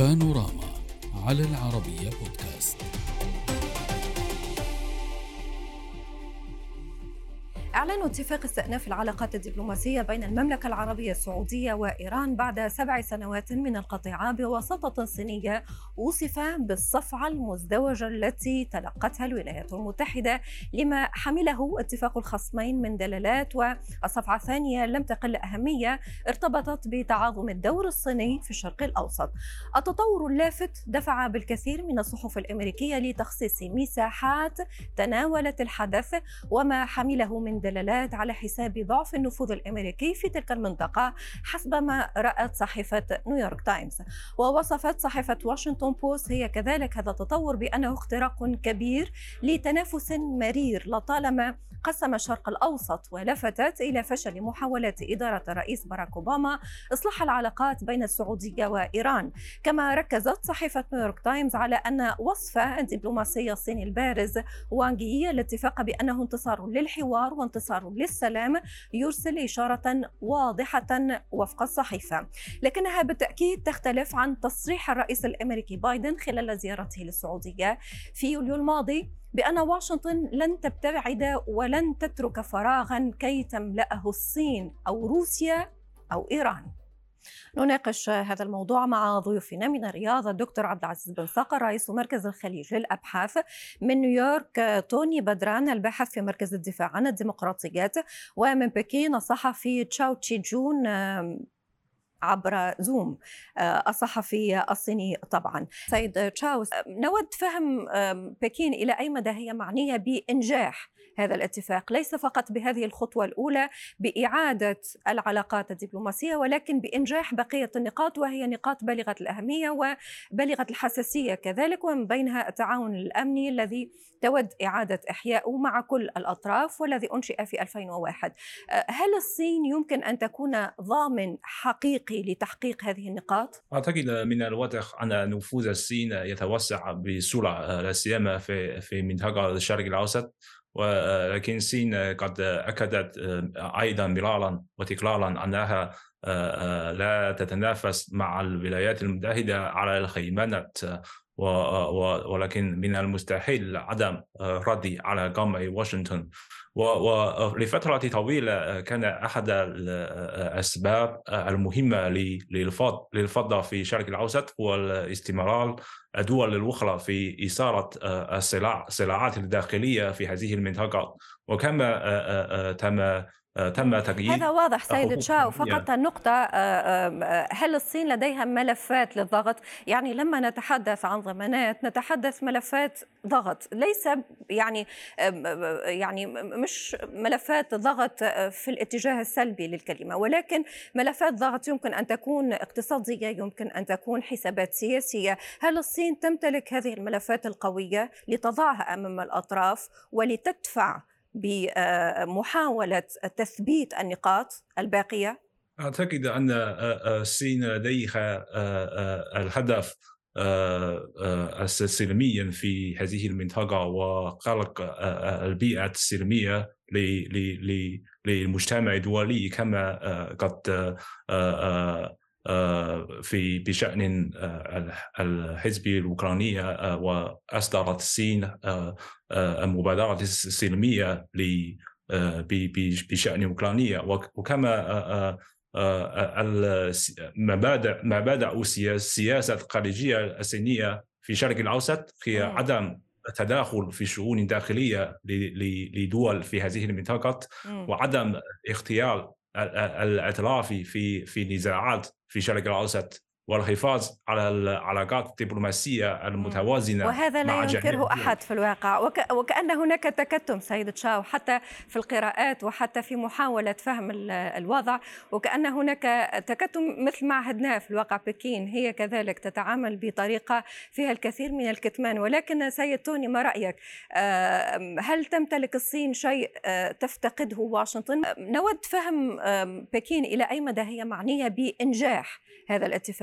بانوراما على العربية بودكاست. أعلنوا اتفاق استئناف العلاقات الدبلوماسية بين المملكة العربية السعودية وإيران بعد 7 سنوات من القطيعة بواسطة صينية وصف بالصفعة المزدوجة التي تلقتها الولايات المتحدة لما حمله اتفاق الخصمين من دلالات. والصفعة الثانية لم تقل أهمية، ارتبطت بتعاظم الدور الصيني في الشرق الأوسط. التطور اللافت دفع بالكثير من الصحف الأمريكية لتخصيص مساحات تناولت الحدث وما حمله من دلالات على حساب ضعف النفوذ الأمريكي في تلك المنطقة حسب ما رأت صحيفة نيويورك تايمز. ووصفت صحيفة واشنطن بوست هي كذلك هذا التطور بأنه اختراق كبير لتنافس مرير لطالما قسم الشرق الأوسط، ولفتت إلى فشل محاولات إدارة الرئيس باراك أوباما إصلاح العلاقات بين السعودية وإيران. كما ركزت صحيفة نيويورك تايمز على أن وصف الدبلوماسي الصيني البارز وانغ يي الاتفاق بأنه انتصار للحوار وانتصار للسلام يرسل إشارة واضحة وفق الصحيفة، لكنها بالتأكيد تختلف عن تصريح الرئيس الأمريكي بايدن خلال زيارته للسعودية في يوليو الماضي بأن واشنطن لن تبتعد ولن تترك فراغا كي تملأه الصين أو روسيا أو إيران. نناقش هذا الموضوع مع ضيوفنا من الرياض الدكتور عبد العزيز بن صقر رئيس مركز الخليج للأبحاث، من نيويورك توني بدران الباحث في مركز الدفاع عن الديمقراطيات، ومن بكين الصحفي تشاو تشي جون عبر زوم الصحفي الصيني طبعا. سيد تشاو، نود فهم بكين إلى أي مدى هي معنية بإنجاح هذا الاتفاق، ليس فقط بهذه الخطوة الأولى بإعادة العلاقات الدبلوماسية، ولكن بإنجاح بقية النقاط، وهي نقاط بالغة الأهمية وبالغة الحساسية كذلك، ومن بينها التعاون الأمني الذي تود إعادة إحياءه مع كل الأطراف والذي أنشئ في 2001. هل الصين يمكن أن تكون ضامن حقيقي لتحقيق هذه النقاط؟ أعتقد من الواضح أن نفوذ الصين يتوسع بسرعة، لا سيما في منطقة الشرق الأوسط، ولكن الصين قد أكدت أيضا مرارا وتكرارا أنها لا تتنافس مع الولايات المتحدة على الهيمنة، ولكن من المستحيل عدم الرد على قمع واشنطن. ولفترة طويلة كان أحد الأسباب المهمة للفوضى في الشرق الأوسط هو استمرار الدول الأخرى في إثارة الصراعات الداخلية في هذه المنطقة، وكما تم تقييد هذا واضح سيد تشاو. فقط النقطة، هل الصين لديها ملفات للضغط؟ يعني لما نتحدث عن ضمانات نتحدث ملفات ضغط، ليس يعني مش ملفات ضغط في الاتجاه السلبي للكلمة، ولكن ملفات ضغط يمكن أن تكون اقتصادية، يمكن أن تكون حسابات سياسية. هل الصين تمتلك هذه الملفات القوية لتضعها أمام الأطراف ولتدفع بمحاولة تثبيت النقاط الباقية؟ أعتقد أن الصين لديها الهدف سلميا في هذه المنطقة وخلق البيئة السلمية للمجتمع الدولي، كما قد بشأن الحزب الأوكراني وأصدرت الصين المبادرة السلمية بشأن أوكرانيا، وكما مبادئ السياسة الخارجية الصينية في الشرق الأوسط هي عدم التداخل في الشؤون الداخلية لدول في هذه المنطقة، وعدم اختيار الأطراف في نزاعات في الشرق الأوسط، والحفاظ على العلاقات الدبلوماسية المتوازنة. وهذا لا ينكره أحد في الواقع، وكأن هناك تكتم سيد تشاو حتى في القراءات وحتى في محاولة فهم الوضع، وكأن هناك تكتم مثل ما عهدناه في الواقع. بكين هي كذلك تتعامل بطريقة فيها الكثير من الكتمان. ولكن سيد توني، ما رأيك؟ هل تمتلك الصين شيء تفتقده واشنطن؟ نود فهم بكين إلى أي مدى هي معنية بإنجاح هذا الاتفاق.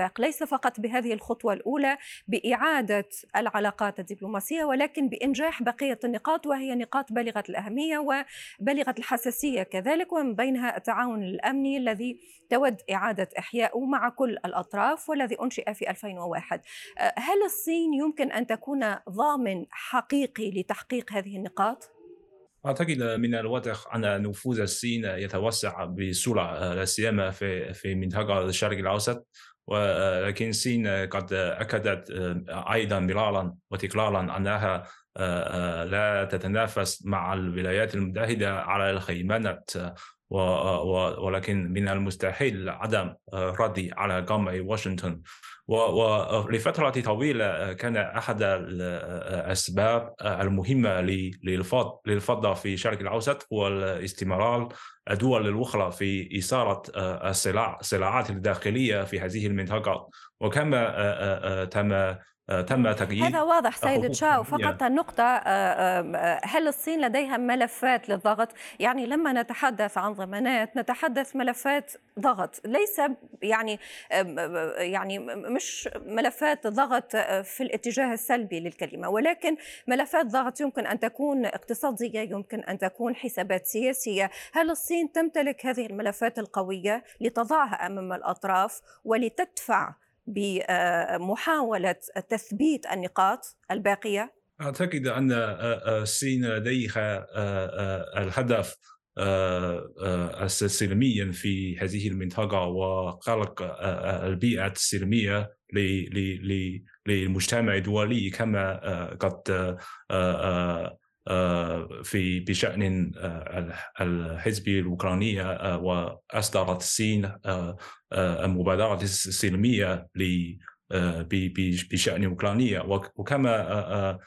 الاتفاق ليس فقط بهذه الخطوة الأولى بإعادة العلاقات الدبلوماسية، ولكن بإنجاح بقية النقاط، وهي نقاط بالغة الأهمية وبالغة الحساسية كذلك، ومن بينها التعاون الأمني الذي تود إعادة إحياؤه مع كل الأطراف والذي أنشئ في 2001. هل الصين يمكن أن تكون ضامن حقيقي لتحقيق هذه النقاط؟ أعتقد من الواضح أن نفوذ الصين يتوسع بسرعة، لا سيما في منطقة الشرق الأوسط، ولكن الصين قد أكدت أيضا مرارا وتكرارا أنها لا تتنافس مع الولايات المتحدة على الهيمنة، ولكن من المستحيل عدم الرد على قمع واشنطن. ولفترة طويلة كان أحد الأسباب المهمة للفوضى في الشرق الأوسط هو استمرار الدول الأخرى في إثارة الصراعات الداخلية في هذه المنطقة، وكما تم تغيير هذا واضح سيد تشاو. حقوق فقط النقطة، هل الصين لديها ملفات للضغط؟ يعني لما نتحدث عن ضمانات نتحدث ملفات ضغط، ليس يعني مش ملفات ضغط في الاتجاه السلبي للكلمة، ولكن ملفات ضغط يمكن أن تكون اقتصادية، يمكن أن تكون حسابات سياسية. هل الصين تمتلك هذه الملفات القوية لتضعها أمام الأطراف ولتدفع بمحاولة تثبيت النقاط الباقية؟ أعتقد أن الصين لديها الهدف سلميا في هذه المنطقة وخلق البيئة السلمية للمجتمع الدولي، كما قد في بشأن الحزب الأوكراني وأصدرت الصين المبادرة السلمية بشأن أوكرانيا، وكما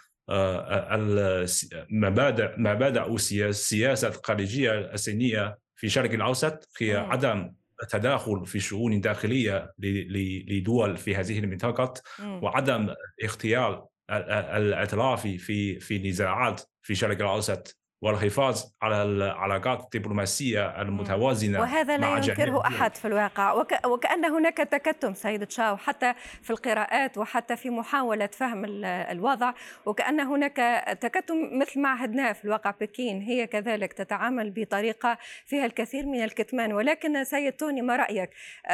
مبادئ السياسة الخارجية الصينية في الشرق الأوسط هي عدم التداخل في الشؤون الداخلية لدول في هذه المنطقة، وعدم اختيار الأطراف في نزاعات في الشرق الأوسط، والحفاظ على العلاقات الدبلوماسية المتوازنة. وهذا لا ينكره أحد في الواقع، وكأن هناك تكتم سيد تشاو حتى في القراءات وحتى في محاولة فهم الوضع، وكأن هناك تكتم مثل ما عهدناه في الواقع. بكين هي كذلك تتعامل بطريقة فيها الكثير من الكتمان. ولكن سيد توني، ما رأيك؟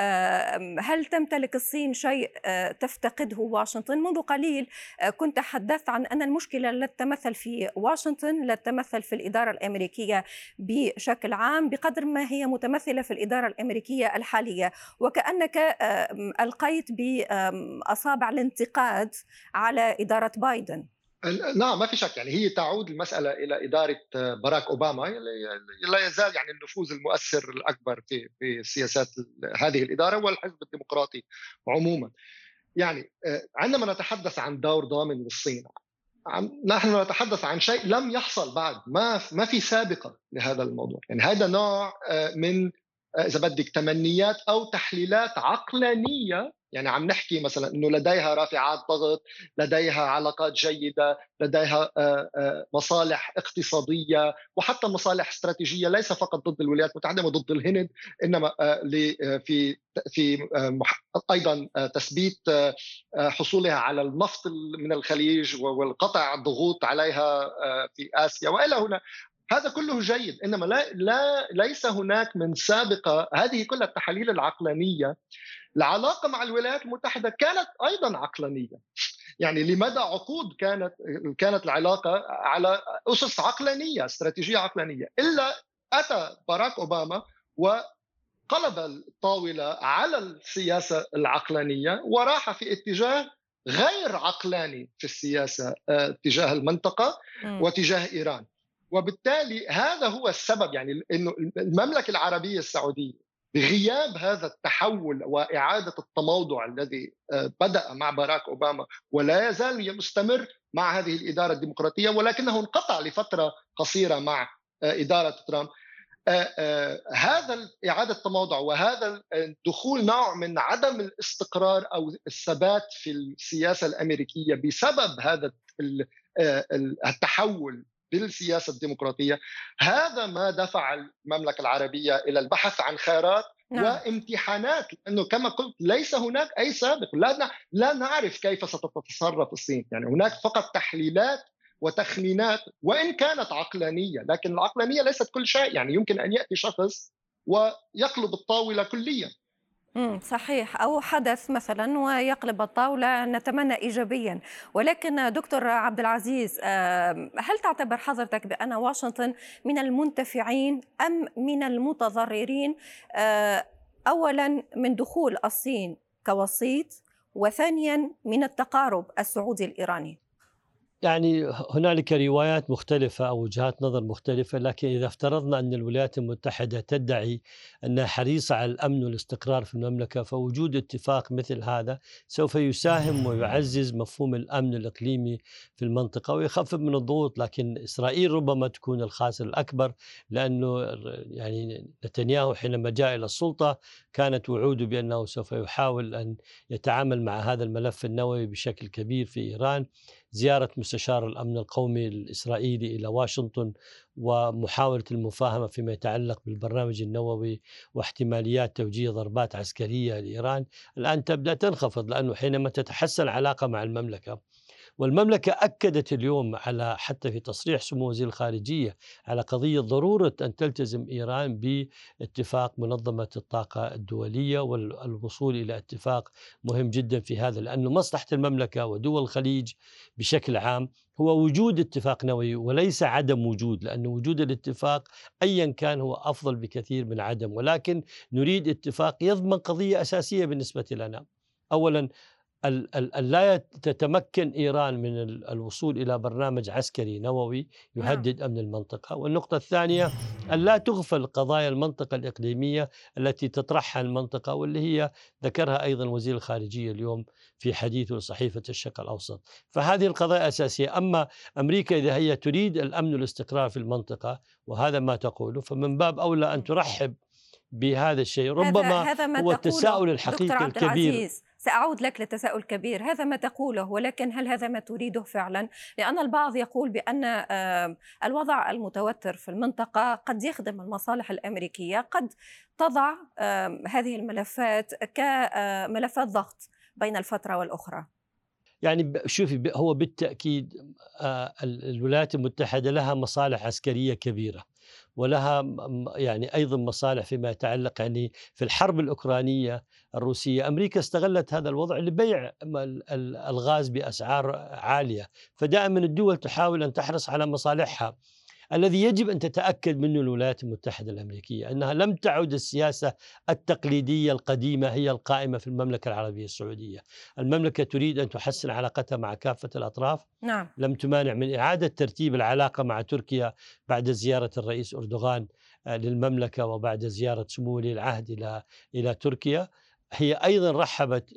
هل تمتلك الصين شيء تفتقده واشنطن؟ منذ قليل كنت تحدثت عن أن المشكلة لا تتمثل في واشنطن، لا تتمثل في الإدارة الأمريكية بشكل عام بقدر ما هي متمثلة في الإدارة الأمريكية الحالية، وكأنك ألقيت بأصابع الانتقاد على إدارة بايدن. نعم، ما في شك. يعني هي تعود المسألة إلى إدارة باراك أوباما، لا يزال يعني النفوذ المؤثر الأكبر في سياسات هذه الإدارة والحزب الديمقراطي عموما. يعني عندما نتحدث عن دور ضامن للصين، نحن نتحدث عن شيء لم يحصل بعد، ما في سابقة لهذا الموضوع. يعني هذا نوع من إذا بدك تمنيات أو تحليلات عقلانية. يعني عم نحكي مثلا أنه لديها رافعات ضغط، لديها علاقات جيدة، لديها مصالح اقتصادية وحتى مصالح استراتيجية، ليس فقط ضد الولايات المتحدة وضد الهند، إنما في أيضا تثبيت حصولها على النفط من الخليج والقطع الضغوط عليها في آسيا وإلى هنا. هذا كله جيد، إنما ليس هناك من سابقة. هذه كل التحاليل العقلانية. العلاقة مع الولايات المتحدة كانت أيضا عقلانية، يعني لمدى عقود كانت العلاقة على أسس عقلانية، استراتيجية عقلانية، إلا أتى باراك أوباما وقلب الطاولة على السياسة العقلانية وراح في اتجاه غير عقلاني في السياسة تجاه المنطقة وتجاه إيران. وبالتالي هذا هو السبب، يعني إنه المملكة العربية السعودية بغياب هذا التحول وإعادة التموضع الذي بدأ مع باراك أوباما ولا يزال مستمر مع هذه الإدارة الديمقراطية، ولكنه انقطع لفترة قصيرة مع إدارة ترامب. هذا إعادة التموضع وهذا دخول نوع من عدم الاستقرار أو الثبات في السياسة الأمريكية بسبب هذا التحول بالسياسة الديمقراطية، هذا ما دفع المملكة العربية إلى البحث عن خيارات نعم. وامتحانات، لأنه كما قلت ليس هناك أي سابق، لا نعرف كيف ستتصرف الصين. يعني هناك فقط تحليلات وتخمينات، وإن كانت عقلانية، لكن العقلانية ليست كل شيء. يعني يمكن أن يأتي شخص ويقلب الطاولة كليا. صحيح، أو حدث مثلا ويقلب الطاولة، نتمنى إيجابيا. ولكن دكتور عبد العزيز، هل تعتبر حضرتك بأن واشنطن من المنتفعين أم من المتضررين، أولا من دخول الصين كوسيط، وثانيا من التقارب السعودي الإيراني؟ يعني هنالك روايات مختلفة أو وجهات نظر مختلفة، لكن إذا افترضنا أن الولايات المتحدة تدعي أنها حريصة على الأمن والاستقرار في المملكة، فوجود اتفاق مثل هذا سوف يساهم ويعزز مفهوم الأمن الإقليمي في المنطقة ويخفف من الضغوط. لكن إسرائيل ربما تكون الخاسر الأكبر، لأنه يعني نتنياهو حينما جاء إلى السلطة كانت وعوده بأنه سوف يحاول أن يتعامل مع هذا الملف النووي بشكل كبير في إيران. زيارة مستشار الأمن القومي الإسرائيلي إلى واشنطن ومحاولة المفاهمة فيما يتعلق بالبرنامج النووي واحتماليات توجيه ضربات عسكرية لإيران الآن تبدأ تنخفض، لأنه حينما تتحسن العلاقة مع المملكة، والمملكة أكدت اليوم على حتى في تصريح سمو وزير الخارجية على قضية ضرورة أن تلتزم إيران باتفاق منظمة الطاقة الدولية، والوصول إلى اتفاق مهم جدا في هذا، لأن مصلحة المملكة ودول الخليج بشكل عام هو وجود اتفاق نووي وليس عدم وجود، لأن وجود الاتفاق أيا كان هو أفضل بكثير من عدم. ولكن نريد اتفاق يضمن قضية أساسية بالنسبة لنا. أولا، لا تتمكن إيران من الوصول إلى برنامج عسكري نووي يهدد أمن المنطقة. والنقطة الثانية، أن لا تغفل قضايا المنطقة الإقليمية التي تطرحها المنطقة، واللي هي ذكرها أيضا وزير الخارجية اليوم في حديثه لصحيفة الشرق الأوسط. فهذه القضايا أساسية. أما أمريكا إذا هي تريد الأمن والاستقرار في المنطقة وهذا ما تقوله، فمن باب أولى أن ترحب بهذا الشيء. ربما هذا هو التساؤل الحقيقي الكبير. سأعود لك للتساؤل الكبير. هذا ما تقوله، ولكن هل هذا ما تريده فعلا؟ لأن البعض يقول بأن الوضع المتوتر في المنطقة قد يخدم المصالح الأمريكية، قد تضع هذه الملفات كملفات ضغط بين الفترة والأخرى. يعني شوفي، هو بالتأكيد الولايات المتحدة لها مصالح عسكرية كبيرة، ولها يعني أيضا مصالح فيما يتعلق يعني في الحرب الأوكرانية الروسية. أمريكا استغلت هذا الوضع لبيع الغاز بأسعار عالية، فدائما الدول تحاول أن تحرص على مصالحها. الذي يجب أن تتأكد منه الولايات المتحدة الأمريكية أنها لم تعد السياسة التقليدية القديمة هي القائمة في المملكة العربية السعودية. المملكة تريد أن تحسن علاقتها مع كافة الأطراف. نعم. لم تمانع من إعادة ترتيب العلاقة مع تركيا بعد زيارة الرئيس أردوغان للمملكة وبعد زيارة سمو ولي العهد إلى تركيا. هي أيضا رحبت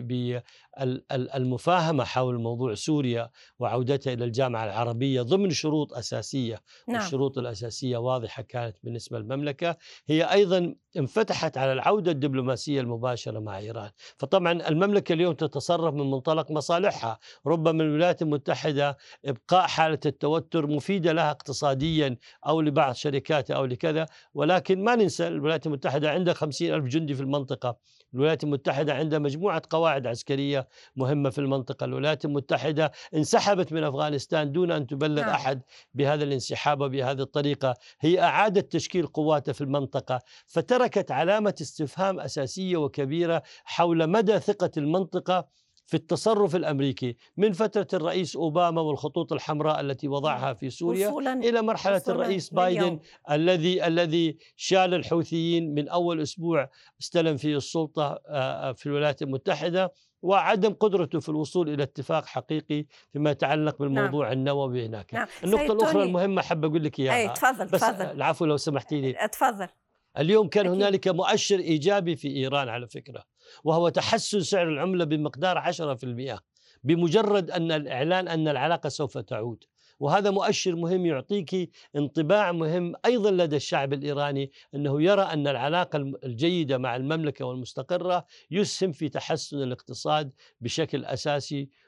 بالمفاهمة حول موضوع سوريا وعودتها إلى الجامعة العربية ضمن شروط أساسية. نعم. والشروط الأساسية واضحة كانت بالنسبة للمملكة. هي أيضا انفتحت على العودة الدبلوماسية المباشرة مع إيران. فطبعا المملكة اليوم تتصرف من منطلق مصالحها. ربما الولايات المتحدة إبقاء حالة التوتر مفيدة لها اقتصاديا أو لبعض شركاتها أو لكذا، ولكن ما ننسى الولايات المتحدة عندها 50,000 جندي في المنطقة. الولايات المتحدة عندها مجموعة قواعد عسكرية مهمة في المنطقة. الولايات المتحدة انسحبت من أفغانستان دون أن تبلغ أحد بهذا الانسحاب وبهذه الطريقة. هي أعادت تشكيل قواتها في المنطقة، فتركت علامة استفهام أساسية وكبيرة حول مدى ثقة المنطقة في التصرف الأمريكي من فترة الرئيس أوباما والخطوط الحمراء التي وضعها في سوريا إلى مرحلة الرئيس بايدن الذي شال الحوثيين من أول أسبوع استلم فيه السلطة في الولايات المتحدة، وعدم قدرته في الوصول إلى اتفاق حقيقي فيما يتعلق بالموضوع النووي هناك. النقطة الأخرى المهمة حاب أقول لك إياها. تفضل. العفو لو سمحتي لي. تفضل. اليوم كان هنالك مؤشر إيجابي في إيران على فكرة، وهو تحسن سعر العملة بمقدار 10% بمجرد أن الإعلان أن العلاقة سوف تعود. وهذا مؤشر مهم يعطيك انطباع مهم أيضا لدى الشعب الإيراني، أنه يرى أن العلاقة الجيدة مع المملكة والمستقرة يسهم في تحسن الاقتصاد بشكل أساسي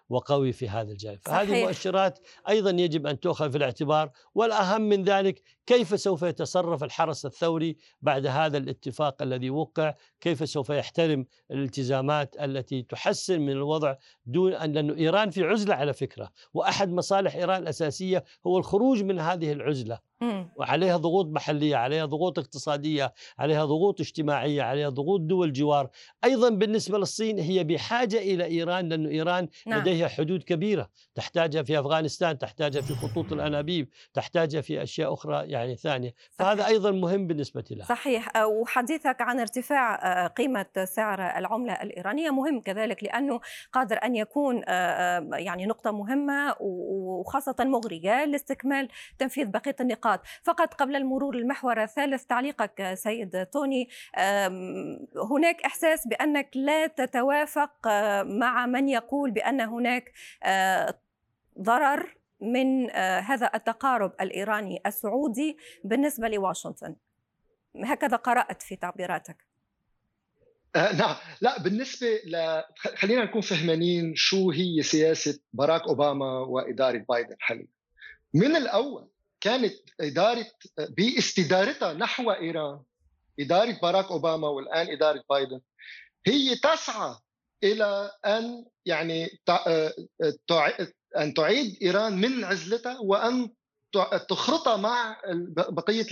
وقوي في هذا الجانب. فهذه صحيح. المؤشرات أيضا يجب أن تؤخذ في الاعتبار، والأهم من ذلك كيف سوف يتصرف الحرس الثوري بعد هذا الاتفاق الذي وقع، كيف سوف يحترم الالتزامات التي تحسن من الوضع دون أن، لأن إيران في عزلة على فكرة، وأحد مصالح إيران الأساسية هو الخروج من هذه العزلة، وعليها ضغوط محلية، عليها ضغوط اقتصادية، عليها ضغوط اجتماعية، عليها ضغوط دول جوار. أيضا بالنسبة للصين هي بحاجة إلى إيران، لأن إيران لديها حدود كبيرة تحتاجها في أفغانستان، تحتاجها في خطوط الأنابيب، تحتاجها في أشياء أخرى يعني ثانية. فهذا أيضا مهم بالنسبة لها. صحيح. وحديثك عن ارتفاع قيمة سعر العملة الإيرانية مهم كذلك، لأنه قادر أن يكون يعني نقطة مهمة وخاصة مغرية لاستكمال تنفيذ بقية النقاط. فقط قبل المرور للمحور الثالث، تعليقك سيد توني، هناك إحساس بأنك لا تتوافق مع من يقول بأن هناك ضرر من هذا التقارب الإيراني السعودي بالنسبة لواشنطن، هكذا قرأت في تعبيراتك. نعم، لا بالنسبة خلينا نكون فهمانين شو هي سياسة باراك أوباما وإدارة بايدن حاليا. من الأول كانت إدارة باستدارتها نحو إيران، إدارة باراك أوباما والآن إدارة بايدن، هي تسعى إلى أن يعني أن تعيد إيران من عزلتها، وأن تخرطها مع بقية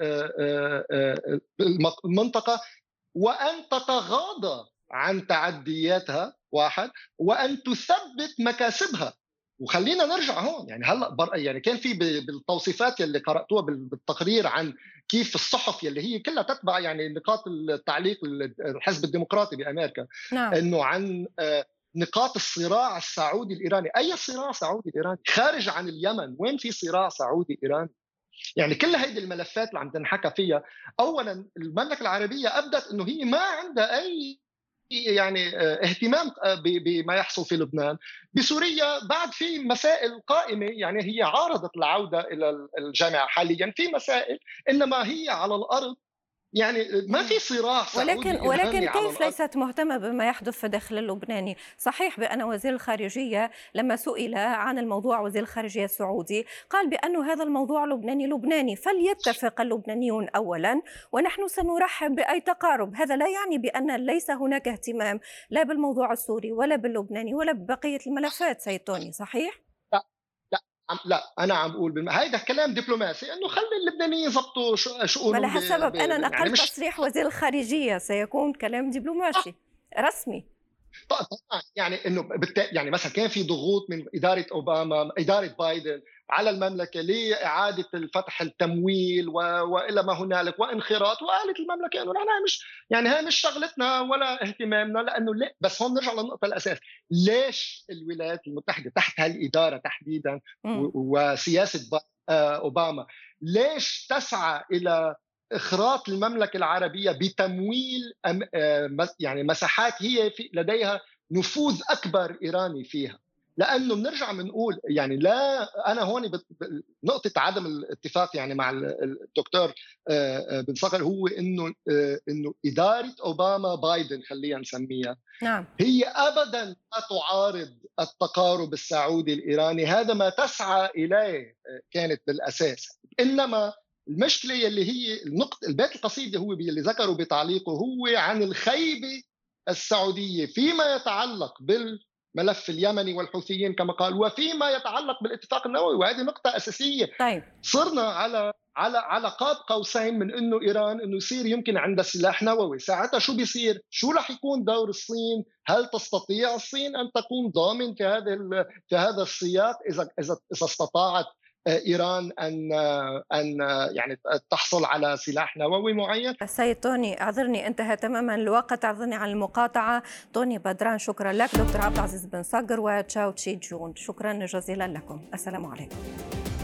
المنطقة، وأن تتغاضى عن تعدياتها واحد، وأن تثبت مكاسبها. وخلينا نرجع هون، يعني هلا يعني كان في بالتوصيفات اللي قرأتوها بالتقرير عن كيف الصحف اللي هي كلها تتبع يعني نقاط التعليق الحزب الديمقراطي بأمريكا، نعم. إنه عن نقاط الصراع السعودي الإيراني. أي صراع سعودي إيراني خارج عن اليمن؟ وين في صراع سعودي إيراني؟ يعني كل هذه الملفات اللي عم تنحكى فيها، أولا المملكة العربية أبدت أنه هي ما عندها أي يعني اهتمام بما يحصل في لبنان. بسوريا بعد في مسائل قائمة، يعني هي عارضت العودة إلى الجامعة حاليا في مسائل، إنما هي على الأرض يعني ما في صراع سعودي. ولكن كيف ليست مهتمة بما يحدث في الداخل اللبناني؟ صحيح بأن وزير الخارجية لما سئل عن الموضوع، وزير الخارجية السعودي قال بأن هذا الموضوع لبناني، فليتفق اللبنانيون أولا ونحن سنرحب بأي تقارب. هذا لا يعني بأن ليس هناك اهتمام لا بالموضوع السوري ولا باللبناني ولا ببقية الملفات. سيد توني، صحيح؟ لا أنا عم بقول هيدا كلام دبلوماسي، إنه خلي اللبنانيين يضبطوا شؤونهم. ولهالسبب أنا نقلت يعني تصريح وزير الخارجية سيكون كلام دبلوماسي رسمي. طبعا يعني إنه يعني مثلا كان في ضغوط من إدارة أوباما، إدارة بايدن على المملكة لإعادة الفتح التمويل وإلى ما هنالك وانخراط، وقالت المملكة إنه نحن هاي مش شغلتنا ولا اهتمامنا. لأنه بس هون نرجع للنقطة الأساس، ليش الولايات المتحدة تحت هالإدارة تحديدا وسياسة أوباما ليش تسعى إلى إخراط المملكة العربية بتمويل يعني مساحات هي لديها نفوذ أكبر إيراني فيها؟ لأنه بنرجع بنقول يعني لا، أنا هون نقطة عدم الاتفاق يعني مع الدكتور بن صقر هو إنه إدارة أوباما بايدن خلينا نسميها، نعم، هي أبدا لا تعارض التقارب السعودي الإيراني. هذا ما تسعى إليه كانت بالأساس. إنما المشكلة اللي هي البيت القصيدة هو اللي ذكره بتعليقه هو عن الخيبة السعودية فيما يتعلق بالملف اليمني والحوثيين كما قال، وفيما يتعلق بالاتفاق النووي. وهذه نقطة أساسية. طيب. صرنا على قاب قوسين من إنه إيران إنه يصير يمكن عندها سلاح نووي. ساعتها شو بيصير؟ شو رح يكون دور الصين؟ هل تستطيع الصين أن تكون ضامن في هذا السياق إذا استطاعت إيران أن يعني تحصل على سلاح نووي معين؟ السيد توني، أعذرني انتهى تماما الوقت، أعذرني عن المقاطعة. توني بدران، شكرا لك. دكتور عبد العزيز بن صقر وتشاو تشي جون، شكرا جزيلا لكم. السلام عليكم.